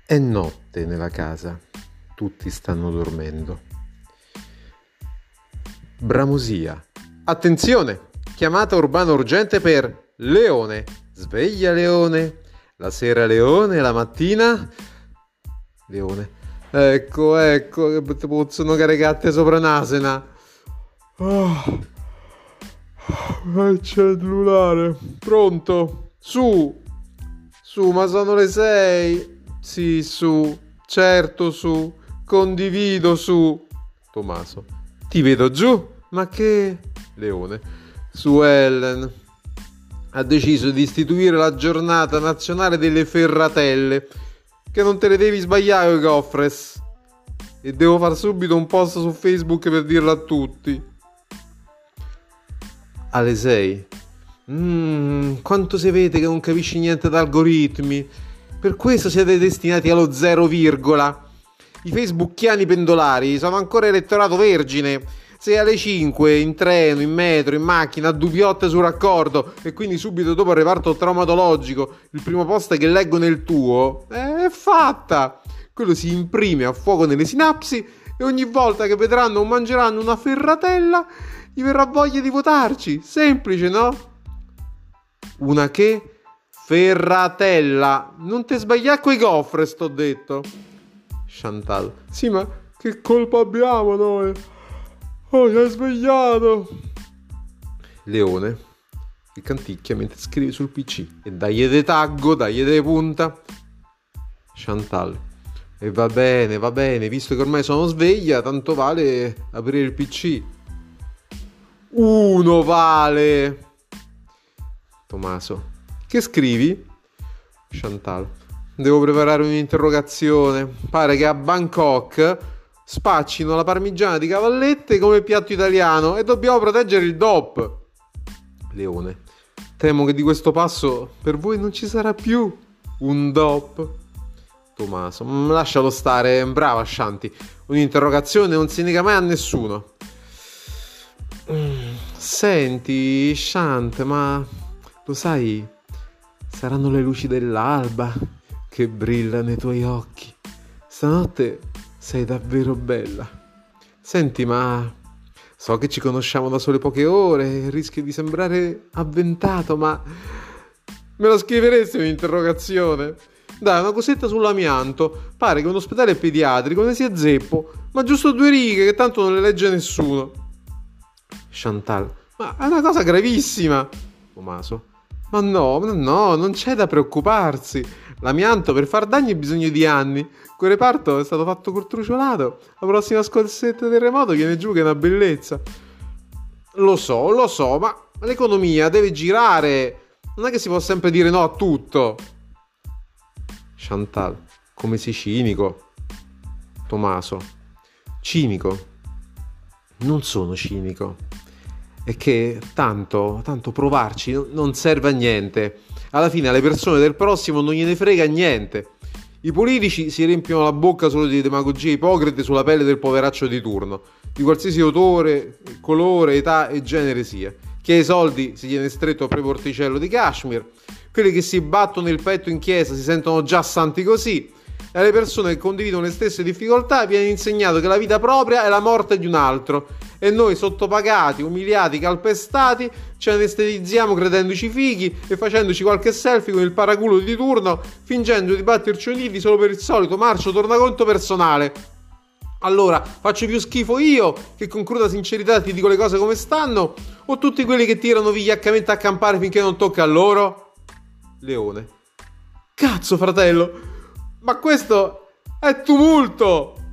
È notte nella casa, tutti stanno dormendo. Bramosia. Attenzione! Chiamata urbana urgente per Leone. Sveglia Leone. La sera Leone, la mattina Leone. Ecco, che ti puzzano caricatte sopra nasena. C'è il cellulare. Pronto? Su, ma sono le 6. Sì, su, certo, su, condivido, su. Tommaso, ti vedo giù, ma che... Leone, su Ellen ha deciso di istituire la giornata nazionale delle ferratelle, che non te le devi sbagliare, Goffres. E devo far subito un post su Facebook per dirlo a tutti. Alle 6. Quanto si vede che non capisci niente d'algoritmi. Per questo siete destinati allo 0, i facebookiani pendolari sono ancora elettorato vergine. Sei alle 5 in treno, in metro, in macchina, a dubbiotte sul raccordo e quindi subito dopo il reparto traumatologico il primo post che leggo nel tuo è fatta. Quello si imprime a fuoco nelle sinapsi e ogni volta che vedranno o mangeranno una ferratella gli verrà voglia di votarci. Semplice, no? Una che? Ferratella. Non te sbagliare coi Goffres, t'ho detto. Chantal. Sì, ma che colpa abbiamo noi? Oh, ti hai svegliato. Leone, che canticchia mentre scrive sul PC. E dagli de taggo, dagli de punta. Chantal. E va bene, visto che ormai sono sveglia, tanto vale aprire il PC. Uno vale. Tommaso. Che scrivi? Chantal. Devo preparare un'interrogazione. Pare che a Bangkok spaccino la parmigiana di cavallette come piatto italiano e dobbiamo proteggere il DOP. Leone. Temo che di questo passo per voi non ci sarà più un DOP. Tommaso. Lascialo stare, brava Shanti. Un'interrogazione non si nega mai a nessuno. Senti, Shant, ma lo sai, saranno le luci dell'alba che brillano i tuoi occhi. Stanotte sei davvero bella. Senti, ma so che ci conosciamo da sole poche ore e rischio di sembrare avventato, ma me la scriveresti un'interrogazione? Dai, una cosetta sull'amianto. Pare che un ospedale pediatrico ne sia zeppo, ma giusto 2 righe che tanto non le legge nessuno. Chantal. Ma è una cosa gravissima. Tommaso. Ma no, non c'è da preoccuparsi. L'amianto per far danni ha bisogno di anni. Quel reparto è stato fatto col truciolato. La prossima scorsetta del terremoto viene giù che è una bellezza. Lo so, ma l'economia deve girare. Non è che si può sempre dire no a tutto. Chantal. Come sei cinico. Tommaso. Cinico? Non sono cinico. È che tanto provarci non serve a niente. Alla fine alle persone del prossimo non gliene frega niente. I politici si riempiono la bocca solo di demagogie ipocrite sulla pelle del poveraccio di turno, di qualsiasi odore, colore, età e genere sia. Chi ha i soldi si tiene stretto a preporticello di Kashmir. Quelli che si battono il petto in chiesa si sentono già santi così. E alle persone che condividono le stesse difficoltà viene insegnato che la vita propria è la morte di un altro. E noi sottopagati, umiliati, calpestati ci anestetizziamo credendoci fighi e facendoci qualche selfie con il paraculo di turno, fingendo di batterci uniti solo per il solito marcio tornaconto personale. Allora, faccio più schifo io, che con cruda sincerità ti dico le cose come stanno, o tutti quelli che tirano vigliaccamente a campare finché non tocca a loro? Leone. Cazzo, fratello, ma questo è tumulto!